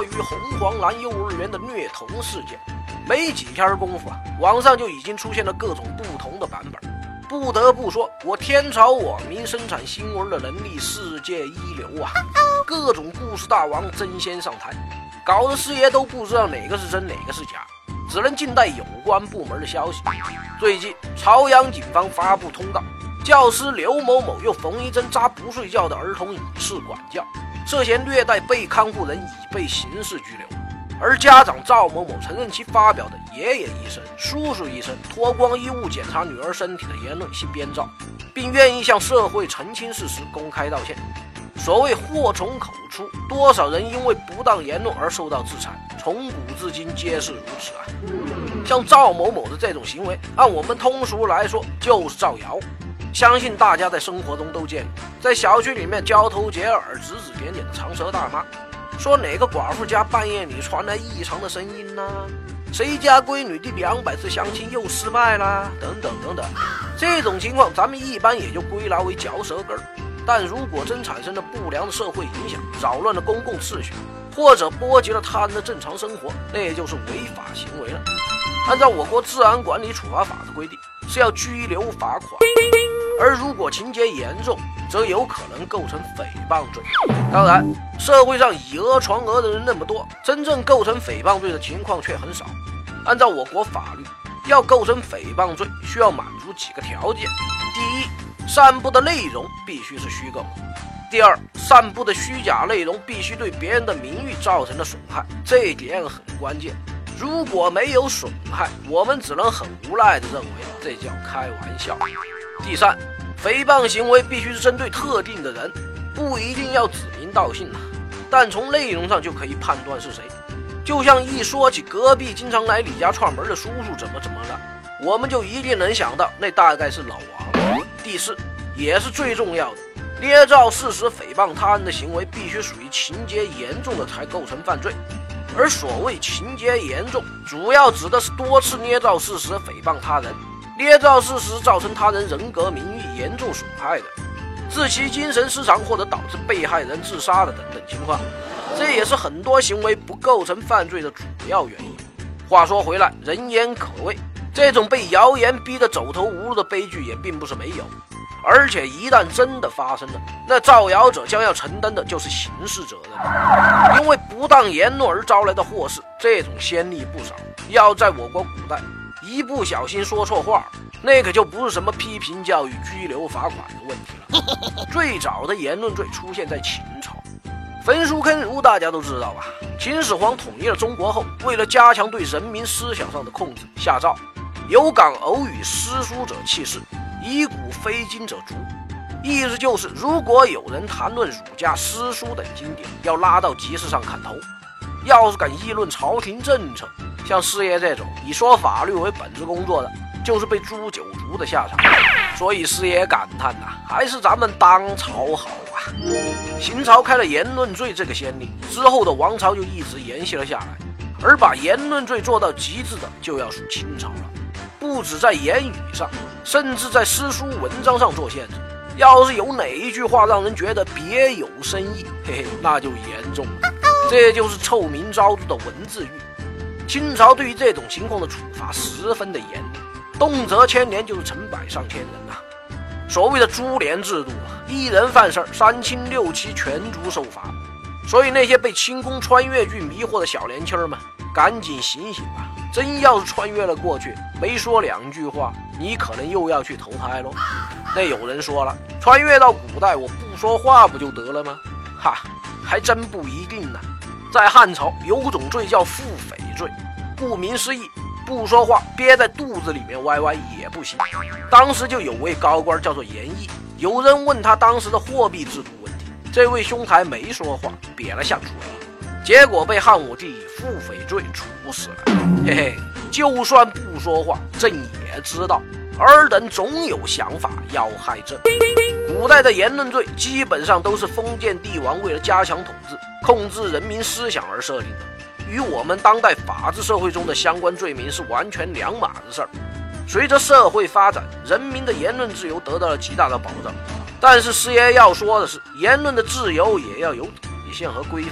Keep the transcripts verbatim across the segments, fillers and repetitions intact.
于红黄蓝幼儿园的虐童事件。没几天功夫啊，网上就已经出现了各种不同的版本。不得不说，我天朝网民生产新闻的能力世界一流啊！各种故事大王争先上台，搞得师爷都不知道哪个是真哪个是假，只能静待有关部门的消息。最近朝阳警方发布通告，教师刘某某又缝一针扎不睡觉的儿童以示管教，涉嫌虐待被看护人已被刑事拘留。而家长赵某某承认其发表的爷爷医生、叔叔医生脱光衣物检查女儿身体的言论系编造，并愿意向社会澄清事实，公开道歉。所谓祸从口出，多少人因为不当言论而受到制裁，从古至今皆是如此啊！像赵某某的这种行为，按我们通俗来说就是造谣。相信大家在生活中都见过，在小区里面交头接耳、指指点点的长舌大妈，说哪个寡妇家半夜里传来异常的声音呢、啊？谁家闺女第两百次相亲又失败啦？等等等等，这种情况咱们一般也就归纳为嚼舌根儿。但如果真产生了不良的社会影响，扰乱了公共秩序，或者波及了他人的正常生活，那也就是违法行为了。按照我国治安管理处罚法的规定，是要拘留罚款，而如果情节严重，则有可能构成诽谤罪。当然，社会上以讹传讹的人那么多，真正构成诽谤罪的情况却很少。按照我国法律，要构成诽谤罪，需要满足几个条件：第一，散布的内容必须是虚构；第二，散布的虚假内容必须对别人的名誉造成了损害，这一点很关键。如果没有损害，我们只能很无奈地认为这叫开玩笑。第三，诽谤行为必须是针对特定的人，不一定要指名道姓啊，但从内容上就可以判断是谁。就像一说起隔壁经常来你家串门的叔叔怎么怎么了，我们就一定能想到那大概是老王。第四，也是最重要的，捏造事实诽谤他人的行为必须属于情节严重的才构成犯罪。而所谓情节严重，主要指的是多次捏造事实诽谤他人，捏造事实造成他人人格名誉严重损害的，致其精神失常或者导致被害人自杀的等等情况，这也是很多行为不构成犯罪的主要原因。话说回来，人言可畏，这种被谣言逼得走投无路的悲剧也并不是没有，而且一旦真的发生了，那造谣者将要承担的就是刑事责任。因为不当言论而招来的祸事，这种先例不少。要在我国古代，一不小心说错话，那可就不是什么批评教育、拘留罚款的问题了。最早的言论罪出现在秦朝，焚书坑儒大家都知道吧？秦始皇统一了中国后，为了加强对人民思想上的控制，下诏有敢偶语诗书者弃市，以古非今者诛。意思就是，如果有人谈论儒家诗书等经典，要拉到集市上砍头；要是敢议论朝廷政策，像师爷这种以说法律为本职工作的，就是被诛九族的下场。所以师爷感叹呐、啊，还是咱们当朝好啊！秦朝开了言论罪这个先例，之后的王朝就一直沿袭了下来。而把言论罪做到极致的，就要数清朝了。不止在言语上，甚至在诗书文章上做限制。要是有哪一句话让人觉得别有深意，嘿嘿，那就严重了。这就是臭名昭著的文字狱。清朝对于这种情况的处罚十分的严厉，动辄牵连就是成百上千人呐、啊。所谓的株连制度啊，一人犯事儿，三亲六戚全族受罚。所以那些被清宫穿越剧迷惑的小年轻们，赶紧醒醒吧！真要是穿越了过去，没说两句话，你可能又要去投胎咯。那有人说了，穿越到古代我不说话不就得了吗？哈，还真不一定呢。在汉朝有种罪叫腹诽罪，顾名思义，不说话憋在肚子里面歪歪也不行。当时就有位高官叫做严毅，有人问他当时的货币制度问题，这位兄台没说话，瘪了下嘴，结果被汉武帝以腹诽罪处死了。嘿嘿，就算不说话，朕也知道尔等总有想法要害朕。古代的言论罪基本上都是封建帝王为了加强统治、控制人民思想而设定的，与我们当代法治社会中的相关罪名是完全两码子事儿。随着社会发展，人民的言论自由得到了极大的保障。但是师爷要说的是，言论的自由也要有底线和规范，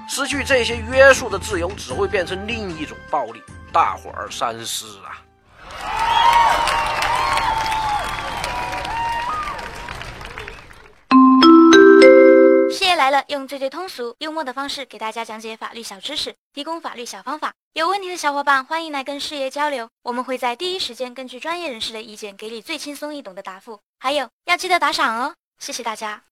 失去这些约束的自由只会变成另一种暴力，大伙儿三思啊！ 师爷来了，用最最通俗、幽默的方式给大家讲解法律小知识，提供法律小方法。有问题的小伙伴欢迎来跟师爷交流，我们会在第一时间根据专业人士的意见，给你最轻松易懂的答复。还有要记得打赏哦，谢谢大家。